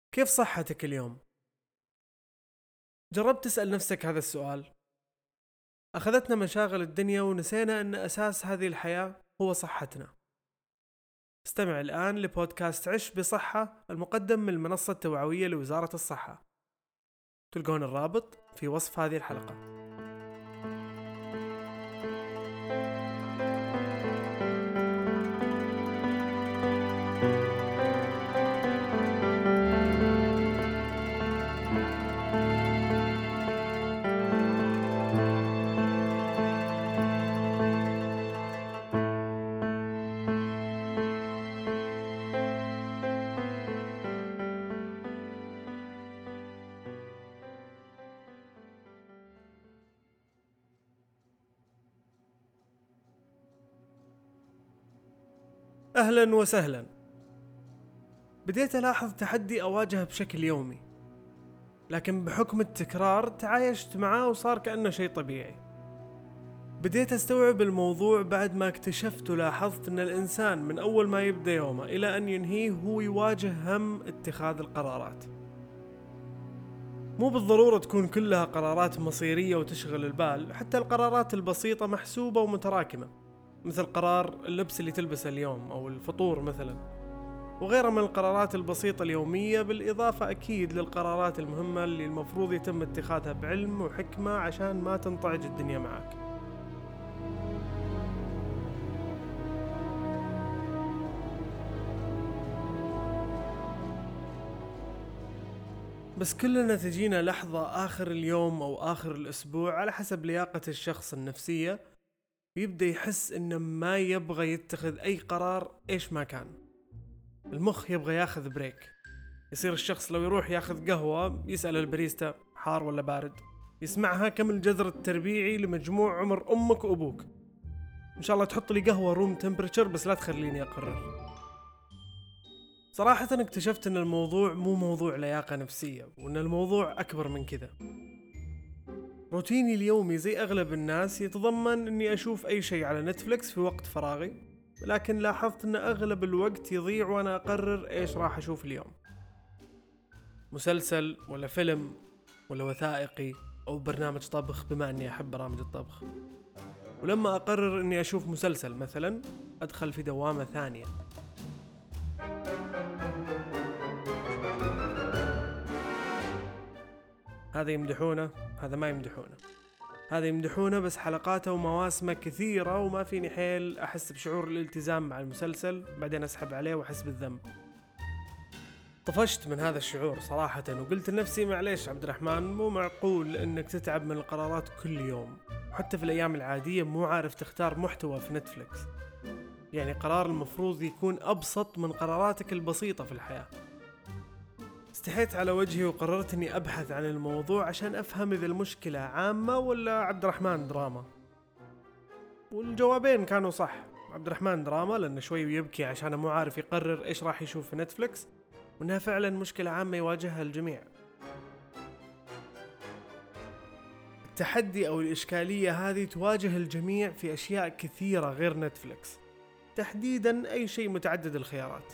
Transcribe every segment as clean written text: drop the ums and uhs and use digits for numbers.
كيف صحتك اليوم؟ جربت تسأل نفسك هذا السؤال؟ أخذتنا مشاغل الدنيا ونسينا أن أساس هذه الحياة هو صحتنا. استمع الآن لبودكاست عش بصحة المقدم من المنصة التوعوية لوزارة الصحة. تلقون الرابط في وصف هذه الحلقة. أهلا وسهلا. بديت ألاحظ تحدي أواجهه بشكل يومي، لكن بحكم التكرار تعايشت معاه وصار كأنه شيء طبيعي. بديت أستوعب الموضوع بعد ما اكتشفت ولاحظت أن الإنسان من أول ما يبدأ يومه إلى أن ينهيه هو يواجه هم اتخاذ القرارات. مو بالضرورة تكون كلها قرارات مصيرية وتشغل البال، حتى القرارات البسيطة محسوبة ومتراكمة، مثل قرار اللبس اللي تلبسه اليوم أو الفطور مثلا، وغيرها من القرارات البسيطة اليومية، بالإضافة أكيد للقرارات المهمة اللي المفروض يتم اتخاذها بعلم وحكمة عشان ما تنطعج الدنيا معك. بس كلنا تجينا لحظة آخر اليوم أو آخر الأسبوع على حسب لياقة الشخص النفسية، يبدأ يحس إنه ما يبغى يتخذ أي قرار إيش ما كان. المخ يبغى ياخذ بريك. يصير الشخص لو يروح ياخذ قهوة يسأل الباريستا حار ولا بارد، يسمعها كم الجذر التربيعي لمجموع عمر أمك وأبوك. إن شاء الله تحط لي قهوة روم تمبريتشر بس لا تخليني أقرر. صراحة اكتشفت أن الموضوع مو موضوع لياقة نفسية، وأن الموضوع أكبر من كذا. روتيني اليومي زي أغلب الناس يتضمن أني أشوف أي شيء على نتفليكس في وقت فراغي، لكن لاحظت أن أغلب الوقت يضيع وأنا أقرر إيش راح أشوف اليوم. مسلسل ولا فيلم ولا وثائقي أو برنامج طبخ، بما أني أحب برامج الطبخ. ولما أقرر أني أشوف مسلسل مثلا أدخل في دوامة ثانية. هذا يمدحونه، هذا ما يمدحونه. هذا يمدحونه بس حلقاته ومواسمه كثيرة وما فيني حيل أحس بشعور الالتزام مع المسلسل، بعدين أسحب عليه وأحس بالذنب. طفشت من هذا الشعور صراحة، وقلت لنفسي معليش عبد الرحمن، مو معقول انك تتعب من القرارات كل يوم، وحتى في الايام العادية مو عارف تختار محتوى في نتفليكس. يعني قرار المفروض يكون ابسط من قراراتك البسيطة في الحياة. استحيت على وجهي وقررت اني ابحث عن الموضوع عشان افهم اذا المشكلة عامة ولا عبد الرحمن دراما. والجوابين كانوا صح. عبد الرحمن دراما لانه شوي ويبكي عشان مو عارف يقرر ايش راح يشوف في نتفليكس، وانها فعلا مشكلة عامة يواجهها الجميع. التحدي او الاشكالية هذه تواجه الجميع في اشياء كثيرة غير نتفليكس، تحديدا اي شيء متعدد الخيارات.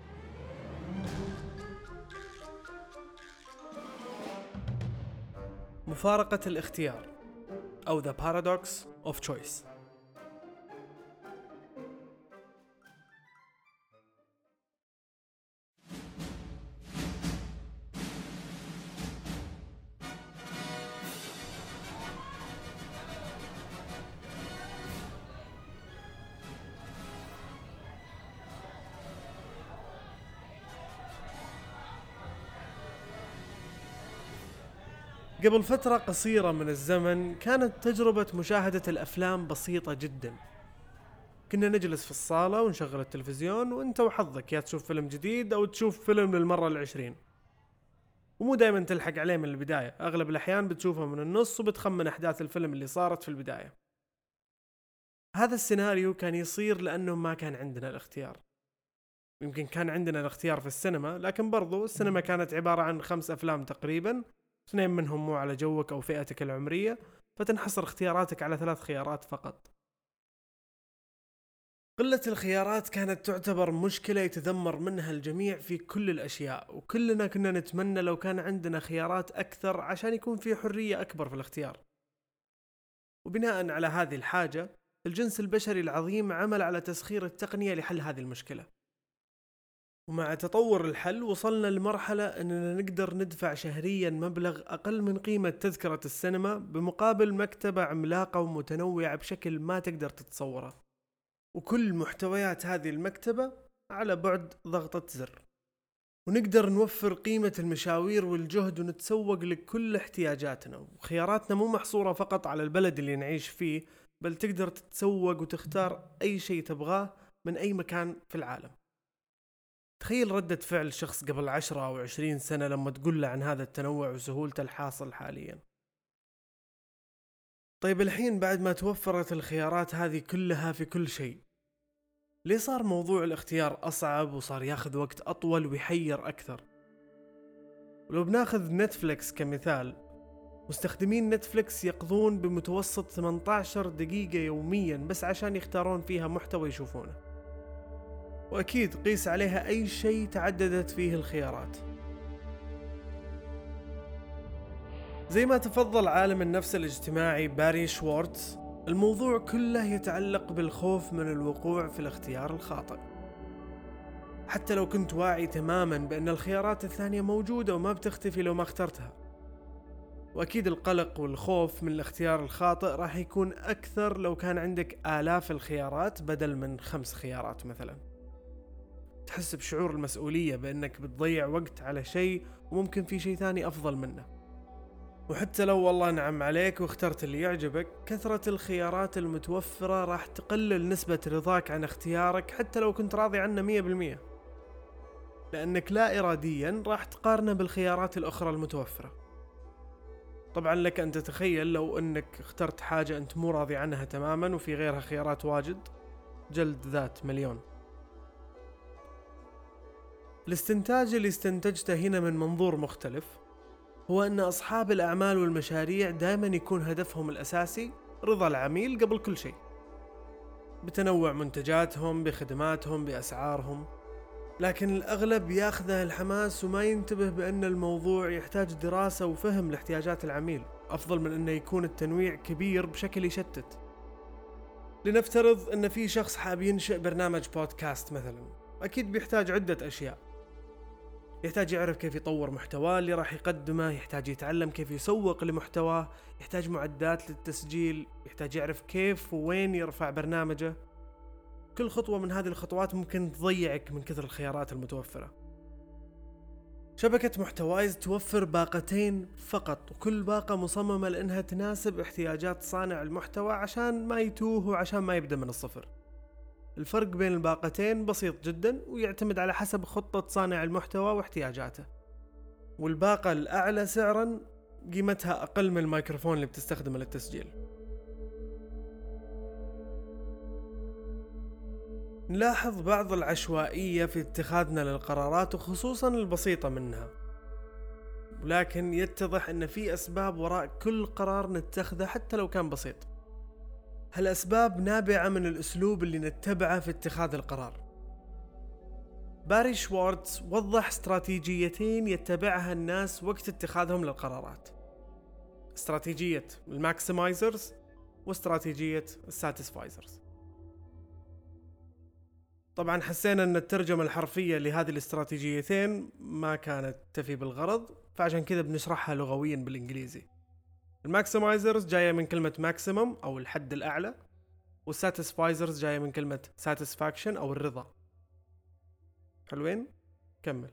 مفارقة الاختيار او the paradox of choice. قبل فترة قصيرة من الزمن كانت تجربة مشاهدة الأفلام بسيطة جدا. كنا نجلس في الصالة ونشغل التلفزيون، وانت وحظك يا تشوف فيلم جديد أو تشوف فيلم للمرة العشرين. ومو دايما تلحق عليه من البداية، أغلب الأحيان بتشوفه من النص وبتخمن أحداث الفيلم اللي صارت في البداية. هذا السيناريو كان يصير لأنه ما كان عندنا الاختيار. يمكن كان عندنا الاختيار في السينما، لكن برضو السينما كانت عبارة عن 5 أفلام تقريبا، 2 منهم مو على جوك أو فئتك العمرية، فتنحصر اختياراتك على 3 خيارات فقط. قلة الخيارات كانت تعتبر مشكلة يتذمر منها الجميع في كل الأشياء، وكلنا كنا نتمنى لو كان عندنا خيارات أكثر عشان يكون في حرية أكبر في الاختيار. وبناء على هذه الحاجة، الجنس البشري العظيم عمل على تسخير التقنية لحل هذه المشكلة. ومع تطور الحل وصلنا لمرحلة أننا نقدر ندفع شهريا مبلغ أقل من قيمة تذكرة السينما بمقابل مكتبة عملاقة ومتنوعة بشكل ما تقدر تتصوره، وكل محتويات هذه المكتبة على بعد ضغطة زر. ونقدر نوفر قيمة المشاوير والجهد ونتسوق لكل احتياجاتنا، وخياراتنا مو محصورة فقط على البلد اللي نعيش فيه، بل تقدر تتسوق وتختار أي شيء تبغاه من أي مكان في العالم. تخيل ردة فعل شخص قبل 10 أو 20 سنة لما تقول له عن هذا التنوع وسهولته الحاصل حاليا. طيب الحين بعد ما توفرت الخيارات هذه كلها في كل شيء، ليه صار موضوع الاختيار أصعب وصار ياخذ وقت أطول ويحير أكثر؟ ولو بناخذ نتفليكس كمثال، مستخدمين نتفليكس يقضون بمتوسط 18 دقيقة يوميا بس عشان يختارون فيها محتوى يشوفونه، وأكيد قيس عليها أي شيء تعددت فيه الخيارات. زي ما تفضل عالم النفس الاجتماعي باري شوارتز، الموضوع كله يتعلق بالخوف من الوقوع في الاختيار الخاطئ. حتى لو كنت واعي تماما بأن الخيارات الثانية موجودة وما بتختفي لو ما اخترتها، وأكيد القلق والخوف من الاختيار الخاطئ راح يكون أكثر لو كان عندك آلاف الخيارات بدل من 5 خيارات مثلا. تحس بشعور المسؤولية بأنك بتضيع وقت على شيء وممكن في شيء ثاني أفضل منه. وحتى لو والله نعم عليك واخترت اللي يعجبك، كثرة الخيارات المتوفرة راح تقلل نسبة رضاك عن اختيارك حتى لو كنت راضي عنه 100%، لأنك لا إراديا راح تقارنه بالخيارات الأخرى المتوفرة. طبعا لك أن تتخيل لو أنك اخترت حاجة أنت مو راضي عنها تماما وفي غيرها خيارات واجد، جلد ذات مليون. الاستنتاج اللي استنتجته هنا من منظور مختلف هو أن أصحاب الأعمال والمشاريع دائما يكون هدفهم الأساسي رضا العميل قبل كل شيء، بتنوع منتجاتهم، بخدماتهم، بأسعارهم. لكن الأغلب ياخذه الحماس وما ينتبه بأن الموضوع يحتاج دراسة وفهم لاحتياجات العميل، أفضل من أنه يكون التنويع كبير بشكل يشتت. لنفترض أن في شخص حاب ينشئ برنامج بودكاست مثلا، أكيد بيحتاج عدة أشياء. يحتاج يعرف كيف يطور محتواه اللي راح يقدمه، يحتاج يتعلم كيف يسوق لمحتواه، يحتاج معدات للتسجيل، يحتاج يعرف كيف ووين يرفع برنامجه. كل خطوة من هذه الخطوات ممكن تضيعك من كثر الخيارات المتوفرة. شبكة محتوايز توفر باقتين فقط، وكل باقة مصممة لأنها تناسب احتياجات صانع المحتوى عشان ما يتوه وعشان ما يبدأ من الصفر. الفرق بين الباقتين بسيط جدا ويعتمد على حسب خطة صانع المحتوى واحتياجاته. والباقة الأعلى سعرا قيمتها أقل من الميكروفون اللي بتستخدمه للتسجيل. نلاحظ بعض العشوائية في اتخاذنا للقرارات وخصوصا البسيطة منها، ولكن يتضح أن في أسباب وراء كل قرار نتخذه حتى لو كان بسيط. هالأسباب نابعة من الأسلوب اللي نتبعه في اتخاذ القرار. باري شوارتز وضح استراتيجيتين يتبعها الناس وقت اتخاذهم للقرارات: استراتيجية الماكسمايزرز واستراتيجية الساتسفايزرز. طبعا حسينا أن الترجمة الحرفية لهذه الاستراتيجيتين ما كانت تفي بالغرض، فعشان كذا بنشرحها لغويا بالإنجليزي. الماكسمايزرز جاية من كلمة ماكسيمم أو الحد الأعلى، والساتسفايزرز جاية من كلمة satisfaction أو الرضا. حلوين؟ كمل.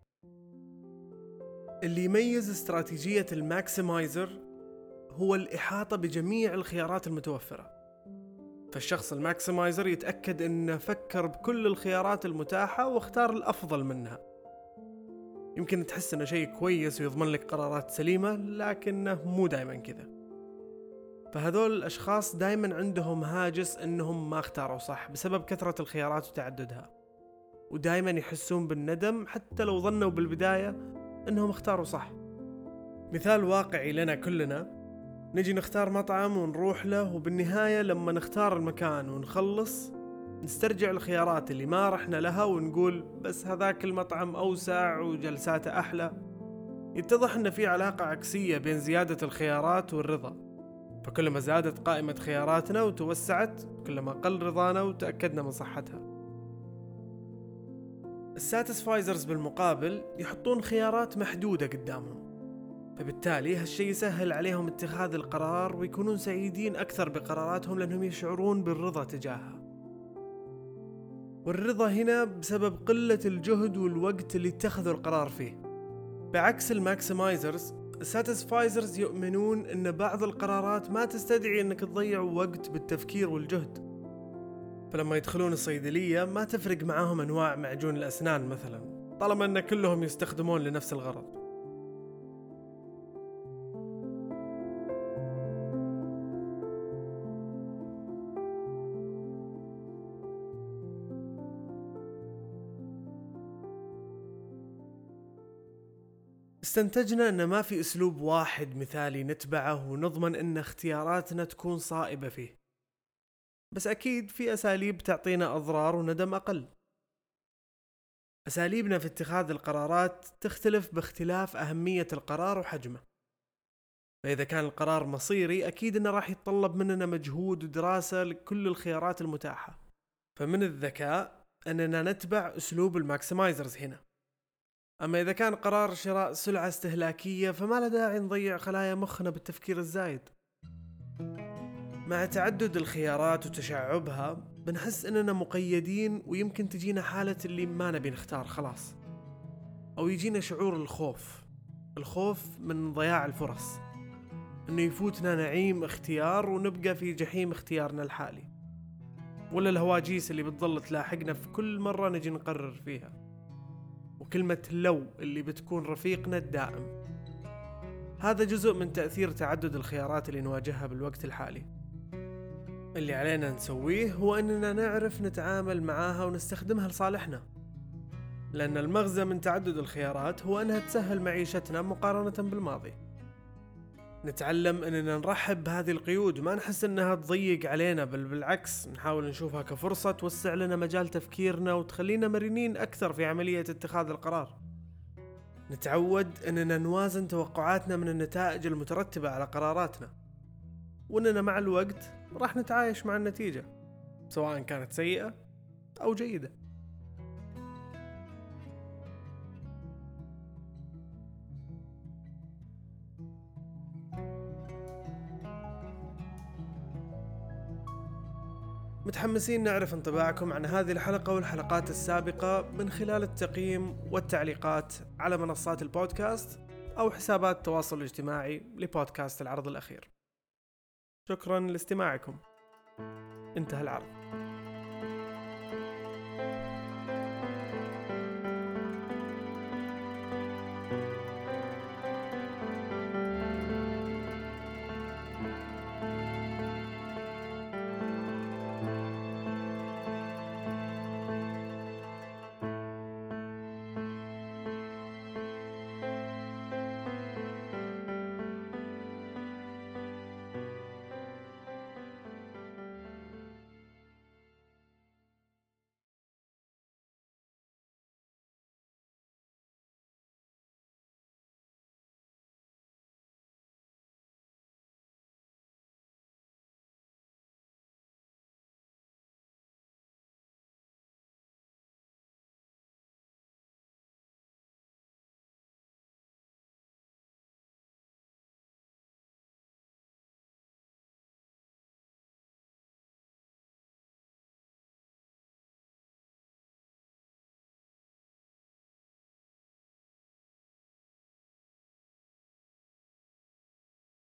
اللي يميز استراتيجية الماكسمايزر هو الإحاطة بجميع الخيارات المتوفرة. فالشخص الماكسمايزر يتأكد أنه فكر بكل الخيارات المتاحة واختار الأفضل منها. يمكن تحس أنه شيء كويس ويضمن لك قرارات سليمة، لكنه مو دايما كذا. فهذول الأشخاص دايما عندهم هاجس أنهم ما اختاروا صح بسبب كثرة الخيارات وتعددها، ودايما يحسون بالندم حتى لو ظنوا بالبداية أنهم اختاروا صح. مثال واقعي لنا كلنا: نجي نختار مطعم ونروح له، وبالنهاية لما نختار المكان ونخلص نسترجع الخيارات اللي ما رحنا لها ونقول بس هذاك المطعم أوسع وجلساته أحلى، يتضح أن في علاقة عكسية بين زيادة الخيارات والرضا. فكلما زادت قائمة خياراتنا وتوسعت، كلما قل رضانا وتأكدنا من صحتها. الساتسفايزرز بالمقابل يحطون خيارات محدودة قدامهم، فبالتالي هالشي يسهل عليهم اتخاذ القرار ويكونون سعيدين أكثر بقراراتهم لأنهم يشعرون بالرضا تجاهها. والرضا هنا بسبب قلة الجهد والوقت اللي اتخذوا القرار فيه. بعكس الماكسمايزرز، الساتسفايزرز يؤمنون أن بعض القرارات ما تستدعي أنك تضيع وقت بالتفكير والجهد. فلما يدخلون الصيدلية ما تفرق معاهم أنواع معجون الأسنان مثلا، طالما أن كلهم يستخدمون لنفس الغرض. استنتجنا أن ما في أسلوب واحد مثالي نتبعه ونضمن أن اختياراتنا تكون صائبة فيه، بس أكيد في أساليب تعطينا أضرار وندم أقل. أساليبنا في اتخاذ القرارات تختلف باختلاف أهمية القرار وحجمه. فإذا كان القرار مصيري، أكيد أنه راح يتطلب مننا مجهود ودراسة لكل الخيارات المتاحة. فمن الذكاء أننا نتبع أسلوب الماكسمايزرز هنا. أما إذا كان قرار شراء سلعة استهلاكية، فما له داعي نضيع خلايا مخنا بالتفكير الزايد. مع تعدد الخيارات وتشعبها بنحس أننا مقيدين، ويمكن تجينا حالة اللي ما نبي نختار خلاص، أو يجينا شعور الخوف من ضياع الفرص، أنه يفوتنا نعيم اختيار ونبقى في جحيم اختيارنا الحالي، ولا الهواجيس اللي بتظل تلاحقنا في كل مرة نجي نقرر فيها، وكلمة لو اللي بتكون رفيقنا الدائم. هذا جزء من تأثير تعدد الخيارات اللي نواجهها بالوقت الحالي. اللي علينا نسويه هو أننا نعرف نتعامل معاها ونستخدمها لصالحنا، لأن المغزى من تعدد الخيارات هو أنها تسهل معيشتنا مقارنة بالماضي. نتعلم أننا نرحب بهذه القيود وما نحس أنها تضيق علينا، بل بالعكس نحاول نشوفها كفرصة توسع لنا مجال تفكيرنا وتخلينا مرنين أكثر في عملية اتخاذ القرار. نتعود أننا نوازن توقعاتنا من النتائج المترتبة على قراراتنا، وأننا مع الوقت راح نتعايش مع النتيجة سواء كانت سيئة أو جيدة. متحمسين نعرف انطباعكم عن هذه الحلقة والحلقات السابقة من خلال التقييم والتعليقات على منصات البودكاست أو حسابات التواصل الاجتماعي لبودكاست العرض الأخير. شكرا لاستماعكم. انتهى العرض.